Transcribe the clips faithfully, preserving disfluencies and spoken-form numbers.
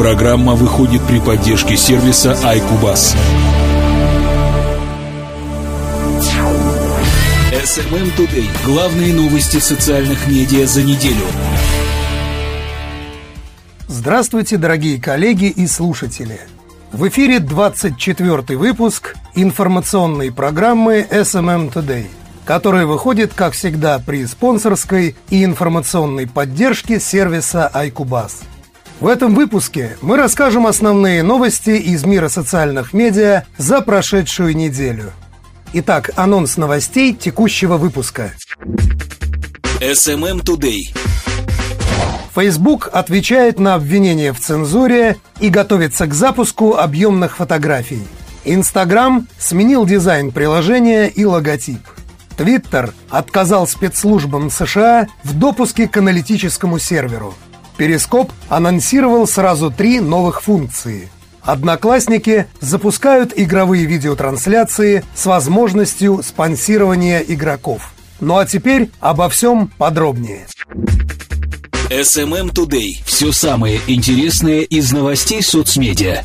Программа выходит при поддержке сервиса iCubus. эс эм эм Today. Главные новости социальных медиа за неделю. Здравствуйте, дорогие коллеги и слушатели. В эфире двадцать четвёртый выпуск информационной программы эс эм эм Today, которая выходит, как всегда, при спонсорской и информационной поддержке сервиса iCubus. В этом выпуске мы расскажем основные новости из мира социальных медиа за прошедшую неделю. Итак, анонс новостей текущего выпуска. эс эм эм Today. Facebook отвечает на обвинения в цензуре и готовится к запуску объемных фотографий. Instagram сменил дизайн приложения и логотип. Twitter отказал спецслужбам США в допуске к аналитическому серверу. Перископ анонсировал сразу три новых функции. Одноклассники запускают игровые видеотрансляции с возможностью спонсирования игроков. Ну а теперь обо всем подробнее. эс эм эм Today. Все самое интересное из новостей соцмедиа.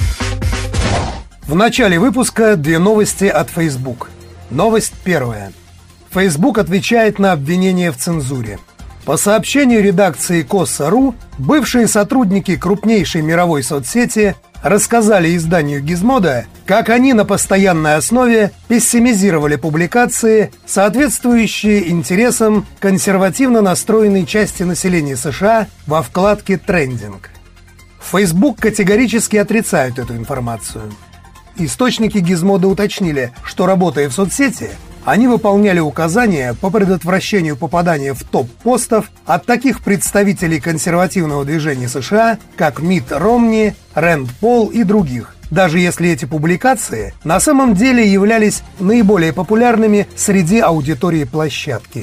В начале выпуска две новости от Facebook. Новость первая. Facebook отвечает на обвинения в цензуре. По сообщению редакции Коса точка ру, бывшие сотрудники крупнейшей мировой соцсети рассказали изданию Gizmodo, как они на постоянной основе пессимизировали публикации, соответствующие интересам консервативно настроенной части населения США во вкладке «Трендинг». Facebook категорически отрицает эту информацию. Источники Gizmodo уточнили, что, работая в соцсети, они выполняли указания по предотвращению попадания в топ постов от таких представителей консервативного движения США, как Митт Ромни, Рэнд Пол и других, даже если эти публикации на самом деле являлись наиболее популярными среди аудитории площадки.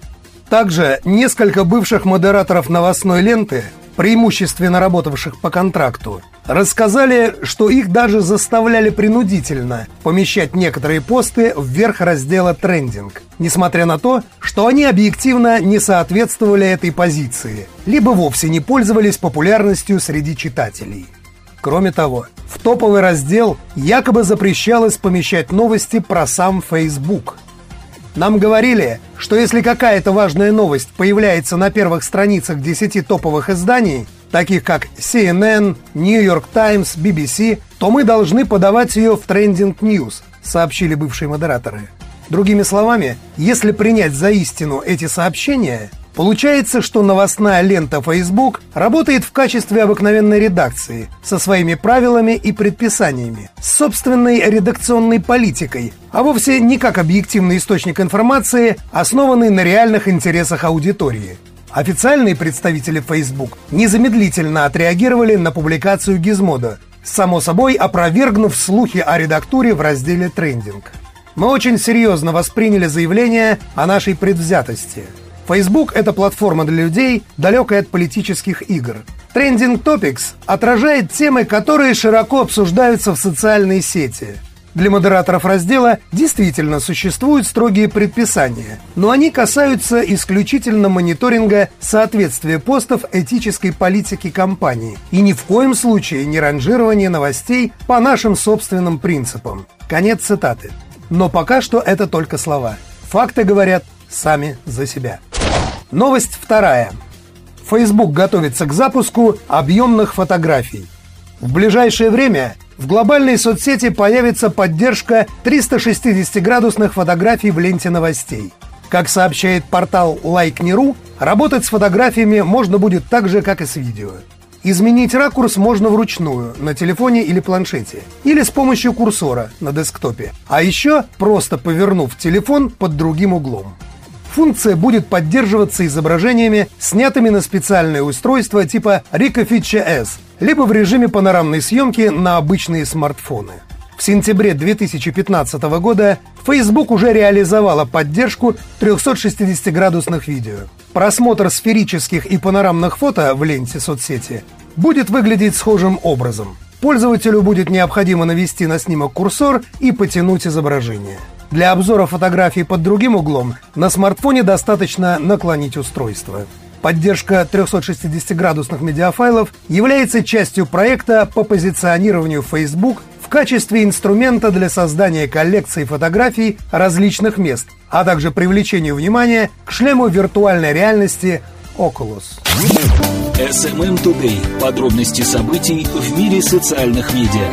Также несколько бывших модераторов новостной ленты, преимущественно работавших по контракту, рассказали, что их даже заставляли принудительно помещать некоторые посты вверх раздела «Трендинг», несмотря на то, что они объективно не соответствовали этой позиции, либо вовсе не пользовались популярностью среди читателей. Кроме того, в топовый раздел якобы запрещалось помещать новости про сам Facebook. Нам говорили, что если какая-то важная новость появляется на первых страницах десяти топовых изданий, таких как си эн эн, New York Times, би би си, то мы должны подавать ее в Trending News, сообщили бывшие модераторы. Другими словами, если принять за истину эти сообщения, получается, что новостная лента Facebook работает в качестве обыкновенной редакции, со своими правилами и предписаниями, с собственной редакционной политикой, а вовсе не как объективный источник информации, основанный на реальных интересах аудитории. Официальные представители Facebook незамедлительно отреагировали на публикацию Gizmodo, само собой опровергнув слухи о редактуре в разделе «Трендинг». Мы очень серьезно восприняли заявление о нашей предвзятости. Facebook — это платформа для людей, далекая от политических игр. Trending Topics отражает темы, которые широко обсуждаются в социальной сети. Для модераторов раздела действительно существуют строгие предписания, но они касаются исключительно мониторинга соответствия постов этической политике компании и ни в коем случае не ранжирования новостей по нашим собственным принципам. Конец цитаты. Но пока что это только слова. Факты говорят сами за себя. Новость вторая. Facebook готовится к запуску объемных фотографий. В ближайшее время в глобальной соцсети появится поддержка триста шестидесятиградусных фотографий в ленте новостей. Как сообщает портал лайк точка ру, работать с фотографиями можно будет так же, как и с видео. Изменить ракурс можно вручную, на телефоне или планшете, или с помощью курсора на десктопе, а еще просто повернув телефон под другим углом. Функция будет поддерживаться изображениями, снятыми на специальное устройство типа Ricoh Feature S, либо в режиме панорамной съемки на обычные смартфоны. В сентябре две тысячи пятнадцатого года Facebook уже реализовала поддержку трехсотшестидесятиградусных видео. Просмотр сферических и панорамных фото в ленте соцсети будет выглядеть схожим образом. Пользователю будет необходимо навести на снимок курсор и потянуть изображение. Для обзора фотографий под другим углом на смартфоне достаточно наклонить устройство. Поддержка трехсотшестидесятиградусных медиафайлов является частью проекта по позиционированию Facebook в качестве инструмента для создания коллекции фотографий различных мест, а также привлечению внимания к шлему виртуальной реальности Oculus. эс эм эм Today. Подробности событий в мире социальных медиа.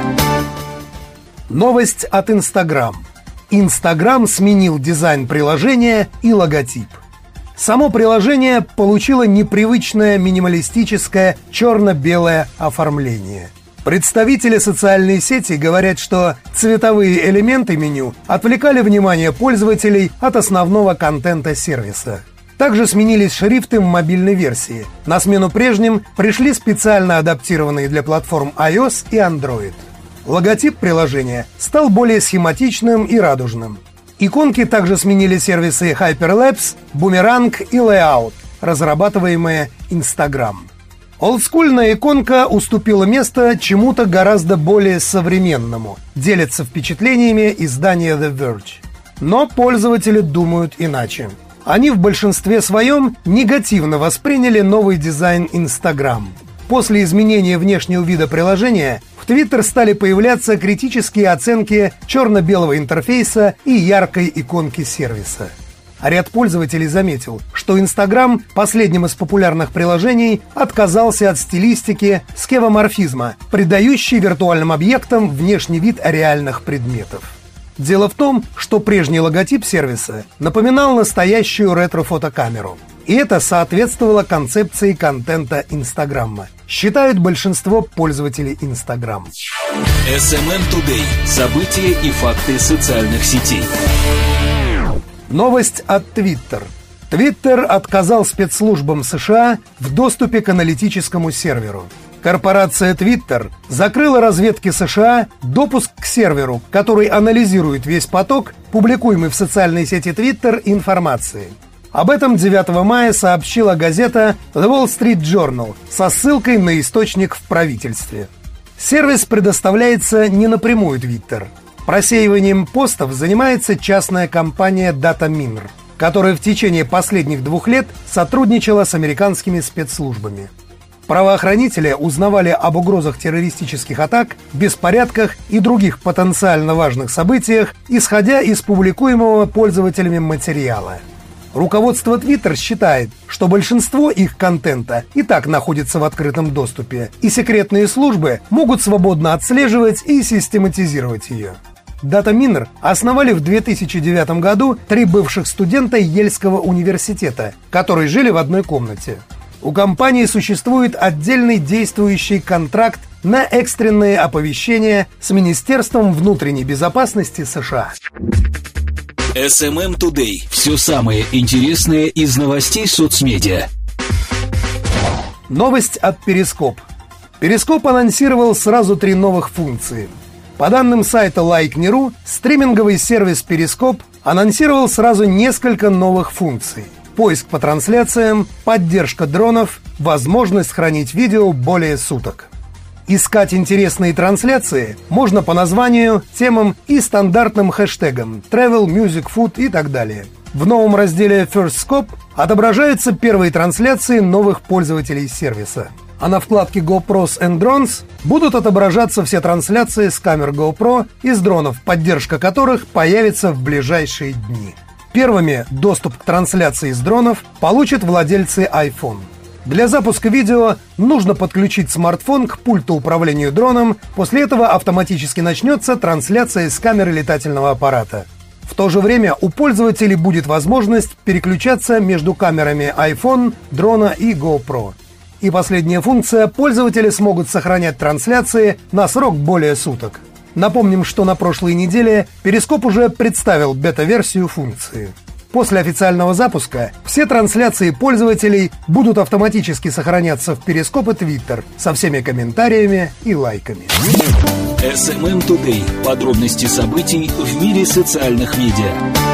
Новость от Instagram. Instagram сменил дизайн приложения и логотип. Само приложение получило непривычное минималистическое черно-белое оформление. Представители социальной сети говорят, что цветовые элементы меню отвлекали внимание пользователей от основного контента сервиса. Также сменились шрифты в мобильной версии. На смену прежним пришли специально адаптированные для платформ iOS и Android. Логотип приложения стал более схематичным и радужным. Иконки также сменили сервисы Hyperlapse, Boomerang и Layout, разрабатываемые Instagram. Олдскульная иконка уступила место чему-то гораздо более современному, делится впечатлениями издания The Verge. Но пользователи думают иначе. Они в большинстве своем негативно восприняли новый дизайн Instagram. После изменения внешнего вида приложения в Twitter стали появляться критические оценки черно-белого интерфейса и яркой иконки сервиса. А ряд пользователей заметил, что Instagram последним из популярных приложений отказался от стилистики скевоморфизма, придающей виртуальным объектам внешний вид реальных предметов. Дело в том, что прежний логотип сервиса напоминал настоящую ретро-фотокамеру. И это соответствовало концепции контента Инстаграма, считают большинство пользователей Instagram. эс эм эм Today. События и факты социальных сетей. Новость от Twitter. Twitter отказал спецслужбам США в доступе к аналитическому серверу. Корпорация Twitter закрыла разведке США допуск к серверу, который анализирует весь поток, публикуемый в социальной сети Twitter, информации. Об этом девятого мая сообщила газета The Wall Street Journal со ссылкой на источник в правительстве. Сервис предоставляется не напрямую Twitter. Просеиванием постов занимается частная компания DataMiner, которая в течение последних двух лет сотрудничала с американскими спецслужбами. Правоохранители узнавали об угрозах террористических атак, беспорядках и других потенциально важных событиях, исходя из публикуемого пользователями материала. Руководство Twitter считает, что большинство их контента и так находится в открытом доступе, и секретные службы могут свободно отслеживать и систематизировать ее. DataMiner основали в две тысячи девятом году три бывших студента Ельского университета, которые жили в одной комнате. У компании существует отдельный действующий контракт на экстренные оповещения с Министерством внутренней безопасности США. эс эм эм Today. Все самое интересное из новостей соцмедиа. Новость от Periscope. Periscope анонсировал сразу три новых функции. По данным сайта лайк точка ру, стриминговый сервис Periscope анонсировал сразу несколько новых функций. Поиск по трансляциям, поддержка дронов, возможность хранить видео более суток. Искать интересные трансляции можно по названию, темам и стандартным хэштегам travel, music, food и так далее. В новом разделе First Scope отображаются первые трансляции новых пользователей сервиса. А на вкладке GoPros and Drones будут отображаться все трансляции с камер GoPro и с дронов, поддержка которых появится в ближайшие дни. Первыми доступ к трансляции с дронов получат владельцы iPhone. Для запуска видео нужно подключить смартфон к пульту управления дроном, после этого автоматически начнется трансляция с камеры летательного аппарата. В то же время у пользователей будет возможность переключаться между камерами iPhone, дрона и GoPro. И последняя функция – пользователи смогут сохранять трансляции на срок более суток. Напомним, что на прошлой неделе Periscope уже представил бета-версию функции. После официального запуска все трансляции пользователей будут автоматически сохраняться в Periscope и Twitter со всеми комментариями и лайками. эс эм эм Today. Подробности событий в мире социальных медиа.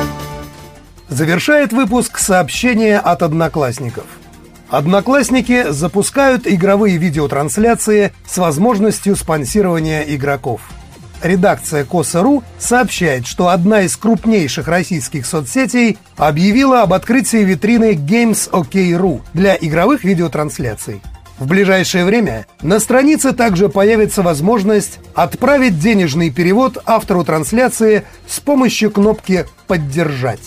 Завершает выпуск сообщение от Одноклассников. Одноклассники запускают игровые видеотрансляции с возможностью спонсирования игроков. редакция Коса.ру сообщает, что одна из крупнейших российских соцсетей объявила об открытии витрины Games OK точка ру для игровых видеотрансляций. В ближайшее время на странице также появится возможность отправить денежный перевод автору трансляции с помощью кнопки «Поддержать».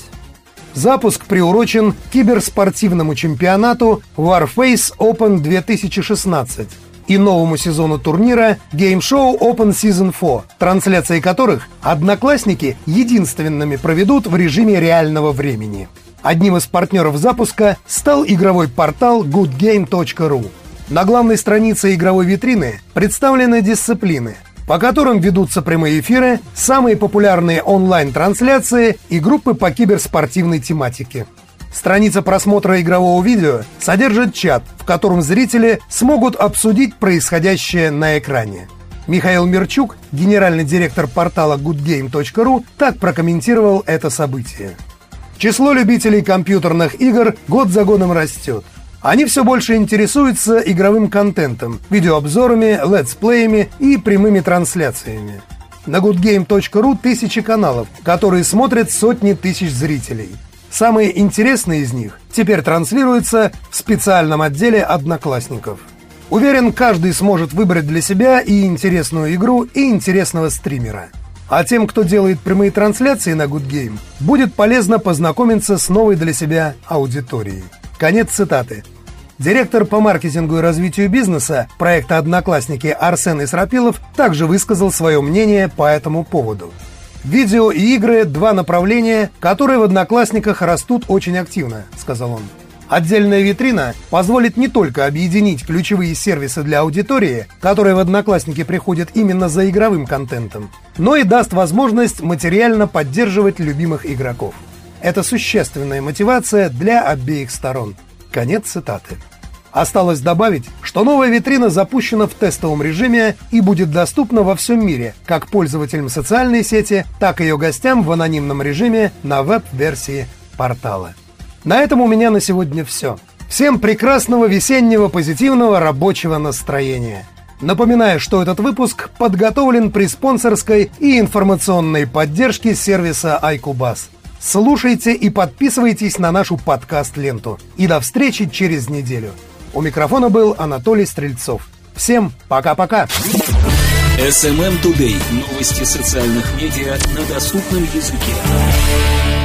Запуск приурочен к киберспортивному чемпионату Warface Open две тысячи шестнадцать и новому сезону турнира Game Show Open Season четыре, трансляции которых одноклассники единственными проведут в режиме реального времени. Одним из партнеров запуска стал игровой портал гуд гейм точка ру. На главной странице игровой витрины представлены дисциплины, по которым ведутся прямые эфиры, самые популярные онлайн-трансляции и группы по киберспортивной тематике. Страница просмотра игрового видео содержит чат, в котором зрители смогут обсудить происходящее на экране. Михаил Мирчук, генеральный директор портала гуд гейм точка ру, так прокомментировал это событие. Число любителей компьютерных игр год за годом растет. Они все больше интересуются игровым контентом, видеообзорами, летсплеями и прямыми трансляциями. На гуд гейм точка ру тысячи каналов, которые смотрят сотни тысяч зрителей. Самые интересные из них теперь транслируются в специальном отделе «Одноклассников». Уверен, каждый сможет выбрать для себя и интересную игру, и интересного стримера. А тем, кто делает прямые трансляции на Good Game, будет полезно познакомиться с новой для себя аудиторией. Конец цитаты. Директор по маркетингу и развитию бизнеса проекта «Одноклассники» Арсен Исрапилов также высказал свое мнение по этому поводу. «Видео и игры – два направления, которые в «Одноклассниках» растут очень активно», – сказал он. Отдельная витрина позволит не только объединить ключевые сервисы для аудитории, которые в «Одноклассники» приходят именно за игровым контентом, но и даст возможность материально поддерживать любимых игроков. Это существенная мотивация для обеих сторон. Конец цитаты. Осталось добавить, что новая витрина запущена в тестовом режиме и будет доступна во всем мире, как пользователям социальной сети, так и ее гостям в анонимном режиме на веб-версии портала. На этом у меня на сегодня все. Всем прекрасного весеннего позитивного рабочего настроения. Напоминаю, что этот выпуск подготовлен при спонсорской и информационной поддержке сервиса айкубас. Слушайте и подписывайтесь на нашу подкаст-ленту. И до встречи через неделю. У микрофона был Анатолий Стрельцов. Всем пока-пока. эс эм эм Today. Новости социальных медиа на доступном языке.